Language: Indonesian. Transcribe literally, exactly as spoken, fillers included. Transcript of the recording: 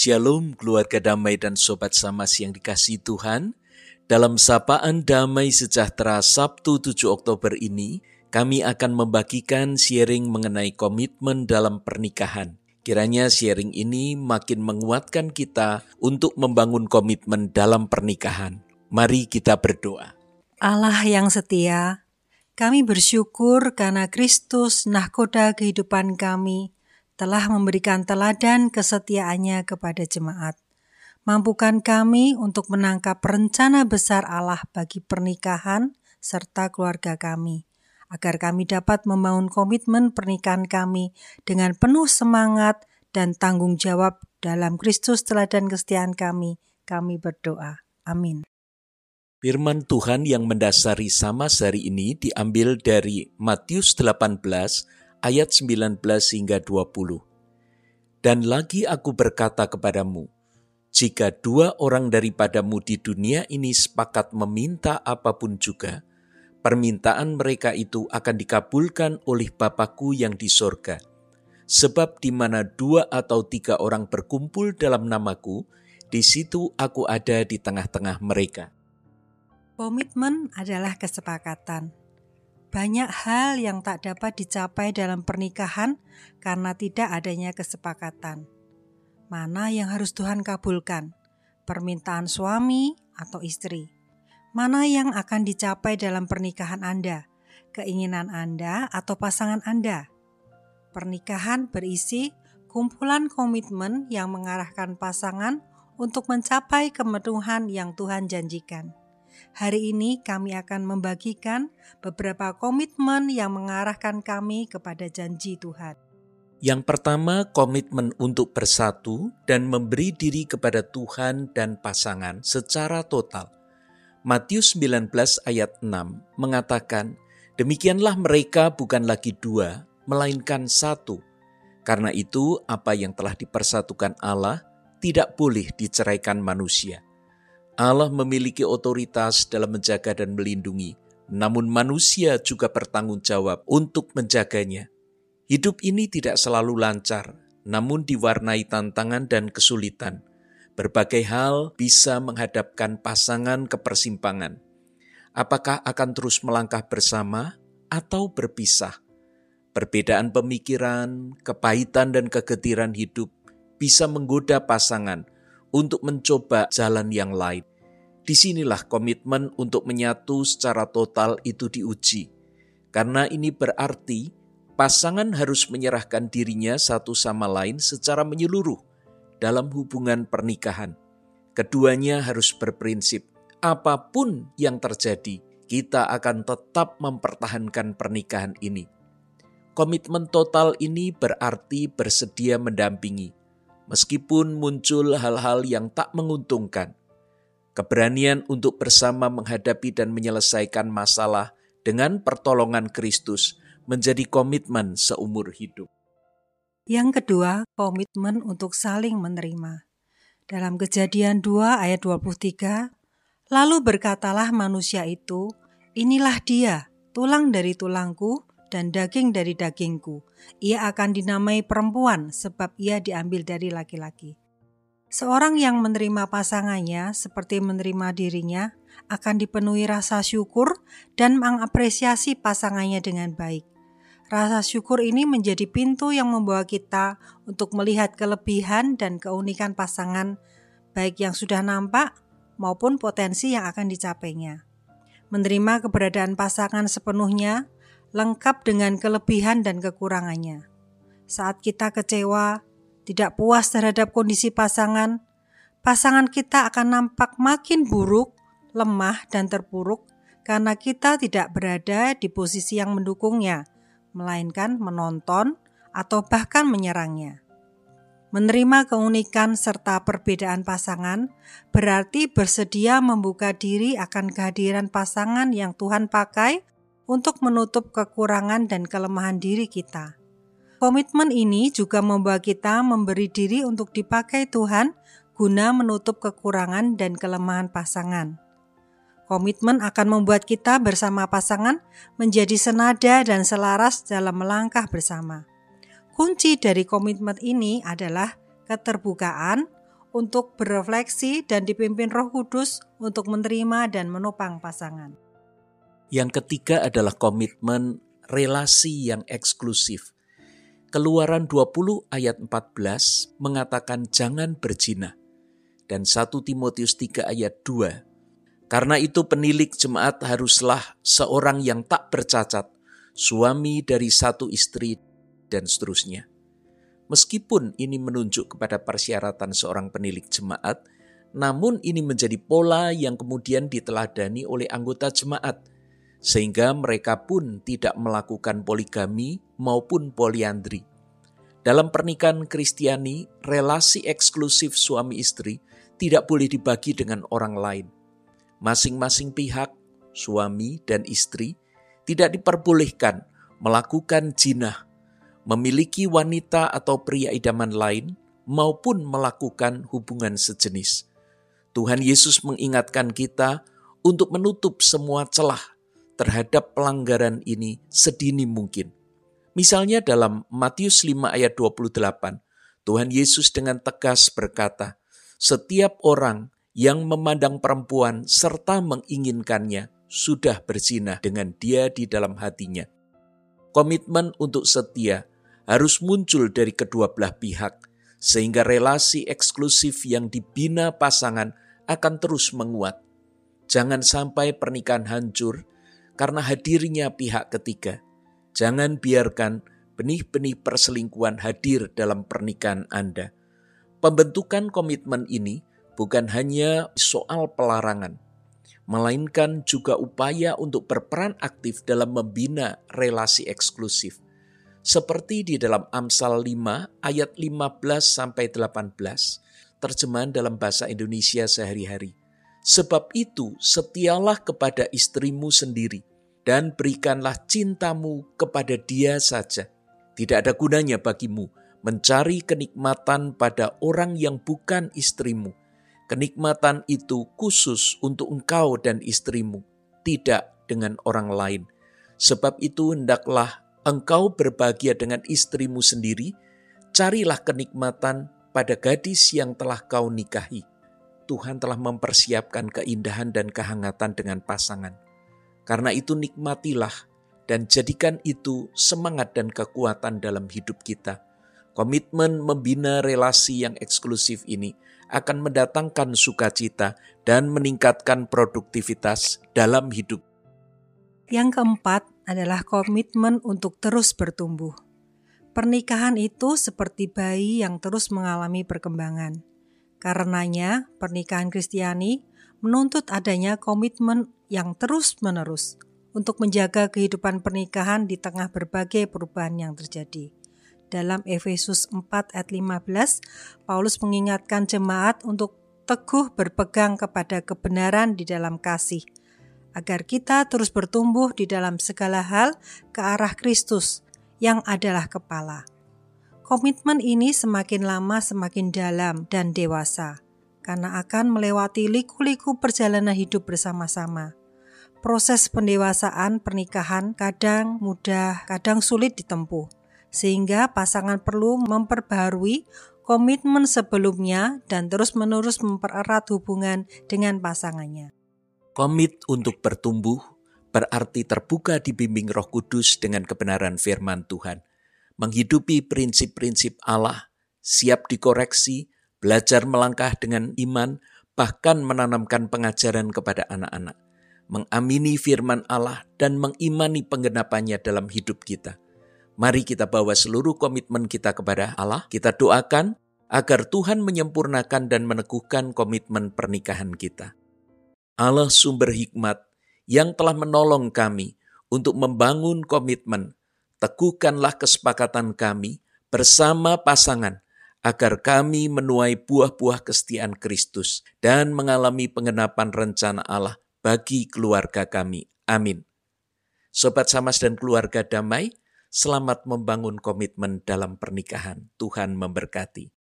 Shalom keluarga damai dan sobat Samas yang dikasihi Tuhan. Dalam sapaan damai sejahtera Sabtu tujuh Oktober ini, kami akan membagikan sharing mengenai komitmen dalam pernikahan. Kiranya sharing ini makin menguatkan kita untuk membangun komitmen dalam pernikahan. Mari kita berdoa. Allah yang setia, kami bersyukur karena Kristus, nahkoda kehidupan kami, telah memberikan teladan kesetiaannya kepada jemaat. Mampukan kami untuk menangkap rencana besar Allah bagi pernikahan serta keluarga kami, agar kami dapat membangun komitmen pernikahan kami dengan penuh semangat dan tanggung jawab dalam Kristus teladan kesetiaan kami. Kami berdoa. Amin. Firman Tuhan yang mendasari Samas hari ini diambil dari Matius delapan belas ayat sembilan belas hingga dua puluh. Dan lagi aku berkata kepadamu, jika dua orang daripadamu di dunia ini sepakat meminta apapun juga, permintaan mereka itu akan dikabulkan oleh Bapa-Ku yang di sorga. Sebab di mana dua atau tiga orang berkumpul dalam nama-Ku, di situ aku ada di tengah-tengah mereka. Komitmen adalah kesepakatan. Banyak hal yang tak dapat dicapai dalam pernikahan karena tidak adanya kesepakatan. Mana yang harus Tuhan kabulkan? Permintaan suami atau istri? Mana yang akan dicapai dalam pernikahan Anda? Keinginan Anda atau pasangan Anda? Pernikahan berisi kumpulan komitmen yang mengarahkan pasangan untuk mencapai kemenuhan yang Tuhan janjikan. Hari ini kami akan membagikan beberapa komitmen yang mengarahkan kami kepada janji Tuhan. Yang pertama, komitmen untuk bersatu dan memberi diri kepada Tuhan dan pasangan secara total. Matius sembilan belas ayat enam mengatakan, demikianlah mereka bukan lagi dua, melainkan satu. Karena itu, apa yang telah dipersatukan Allah tidak boleh diceraikan manusia. Allah memiliki otoritas dalam menjaga dan melindungi, namun manusia juga bertanggung jawab untuk menjaganya. Hidup ini tidak selalu lancar, namun diwarnai tantangan dan kesulitan. Berbagai hal bisa menghadapkan pasangan ke persimpangan. Apakah akan terus melangkah bersama atau berpisah? Perbedaan pemikiran, kepahitan dan kegetiran hidup bisa menggoda pasangan untuk mencoba jalan yang lain. Disinilah komitmen untuk menyatu secara total itu diuji. Karena ini berarti pasangan harus menyerahkan dirinya satu sama lain secara menyeluruh dalam hubungan pernikahan. Keduanya harus berprinsip, apapun yang terjadi, kita akan tetap mempertahankan pernikahan ini. Komitmen total ini berarti bersedia mendampingi, meskipun muncul hal-hal yang tak menguntungkan. Keberanian untuk bersama menghadapi dan menyelesaikan masalah dengan pertolongan Kristus menjadi komitmen seumur hidup. Yang kedua, komitmen untuk saling menerima. Dalam Kejadian dua ayat dua puluh tiga, lalu berkatalah manusia itu, inilah dia, tulang dari tulangku dan daging dari dagingku. Ia akan dinamai perempuan sebab ia diambil dari laki-laki. Seorang yang menerima pasangannya seperti menerima dirinya akan dipenuhi rasa syukur dan mengapresiasi pasangannya dengan baik. Rasa syukur ini menjadi pintu yang membawa kita untuk melihat kelebihan dan keunikan pasangan, baik yang sudah nampak maupun potensi yang akan dicapainya. Menerima keberadaan pasangan sepenuhnya lengkap dengan kelebihan dan kekurangannya. Saat kita kecewa, tidak puas terhadap kondisi pasangan, pasangan kita akan nampak makin buruk, lemah, dan terpuruk karena kita tidak berada di posisi yang mendukungnya, melainkan menonton atau bahkan menyerangnya. Menerima keunikan serta perbedaan pasangan berarti bersedia membuka diri akan kehadiran pasangan yang Tuhan pakai untuk menutup kekurangan dan kelemahan diri kita. Komitmen ini juga membawa kita memberi diri untuk dipakai Tuhan guna menutup kekurangan dan kelemahan pasangan. Komitmen akan membuat kita bersama pasangan menjadi senada dan selaras dalam melangkah bersama. Kunci dari komitmen ini adalah keterbukaan untuk berefleksi dan dipimpin Roh Kudus untuk menerima dan menopang pasangan. Yang ketiga adalah komitmen relasi yang eksklusif. Keluaran dua puluh ayat empat belas mengatakan jangan berzina. Dan satu Timotius tiga ayat dua, karena itu penilik jemaat haruslah seorang yang tak bercacat, suami dari satu istri, dan seterusnya. Meskipun ini menunjuk kepada persyaratan seorang penilik jemaat, namun ini menjadi pola yang kemudian diteladani oleh anggota jemaat, sehingga mereka pun tidak melakukan poligami maupun poliandri. Dalam pernikahan Kristiani, relasi eksklusif suami istri tidak boleh dibagi dengan orang lain. Masing-masing pihak, suami dan istri, tidak diperbolehkan melakukan jinah, memiliki wanita atau pria idaman lain, maupun melakukan hubungan sejenis. Tuhan Yesus mengingatkan kita untuk menutup semua celah terhadap pelanggaran ini sedini mungkin. Misalnya dalam Matius lima ayat dua puluh delapan, Tuhan Yesus dengan tegas berkata, setiap orang yang memandang perempuan serta menginginkannya sudah berzina dengan dia di dalam hatinya. Komitmen untuk setia harus muncul dari kedua belah pihak, sehingga relasi eksklusif yang dibina pasangan akan terus menguat. Jangan sampai pernikahan hancur karena hadirnya pihak ketiga. Jangan biarkan benih-benih perselingkuhan hadir dalam pernikahan Anda. Pembentukan komitmen ini bukan hanya soal pelarangan, melainkan juga upaya untuk berperan aktif dalam membina relasi eksklusif. Seperti di dalam Amsal lima ayat lima belas sampai delapan belas, terjemahan dalam bahasa Indonesia sehari-hari. Sebab itu setialah kepada istrimu sendiri, dan berikanlah cintamu kepada dia saja. Tidak ada gunanya bagimu mencari kenikmatan pada orang yang bukan istrimu. Kenikmatan itu khusus untuk engkau dan istrimu, tidak dengan orang lain. Sebab itu hendaklah engkau berbahagia dengan istrimu sendiri, carilah kenikmatan pada gadis yang telah kau nikahi. Tuhan telah mempersiapkan keindahan dan kehangatan dengan pasangan. Karena itu nikmatilah dan jadikan itu semangat dan kekuatan dalam hidup kita. Komitmen membina relasi yang eksklusif ini akan mendatangkan sukacita dan meningkatkan produktivitas dalam hidup. Yang keempat adalah komitmen untuk terus bertumbuh. Pernikahan itu seperti bayi yang terus mengalami perkembangan. Karenanya, pernikahan Kristiani menuntut adanya komitmen yang terus-menerus untuk menjaga kehidupan pernikahan di tengah berbagai perubahan yang terjadi. Dalam Efesus empat ayat lima belas, Paulus mengingatkan jemaat untuk teguh berpegang kepada kebenaran di dalam kasih, agar kita terus bertumbuh di dalam segala hal ke arah Kristus yang adalah kepala. Komitmen ini semakin lama semakin dalam dan dewasa, karena akan melewati liku-liku perjalanan hidup bersama-sama. Proses pendewasaan pernikahan kadang mudah, kadang sulit ditempuh, sehingga pasangan perlu memperbaharui komitmen sebelumnya dan terus-menerus mempererat hubungan dengan pasangannya. Komit untuk bertumbuh berarti terbuka dibimbing Roh Kudus dengan kebenaran firman Tuhan, menghidupi prinsip-prinsip Allah, siap dikoreksi, belajar melangkah dengan iman, bahkan menanamkan pengajaran kepada anak-anak, mengamini firman Allah dan mengimani penggenapannya dalam hidup kita. Mari kita bawa seluruh komitmen kita kepada Allah. Kita doakan agar Tuhan menyempurnakan dan meneguhkan komitmen pernikahan kita. Allah sumber hikmat yang telah menolong kami untuk membangun komitmen, teguhkanlah kesepakatan kami bersama pasangan agar kami menuai buah-buah kesetiaan Kristus dan mengalami penggenapan rencana Allah bagi keluarga kami. Amin. Sobat Samas dan keluarga damai, selamat membangun komitmen dalam pernikahan. Tuhan memberkati.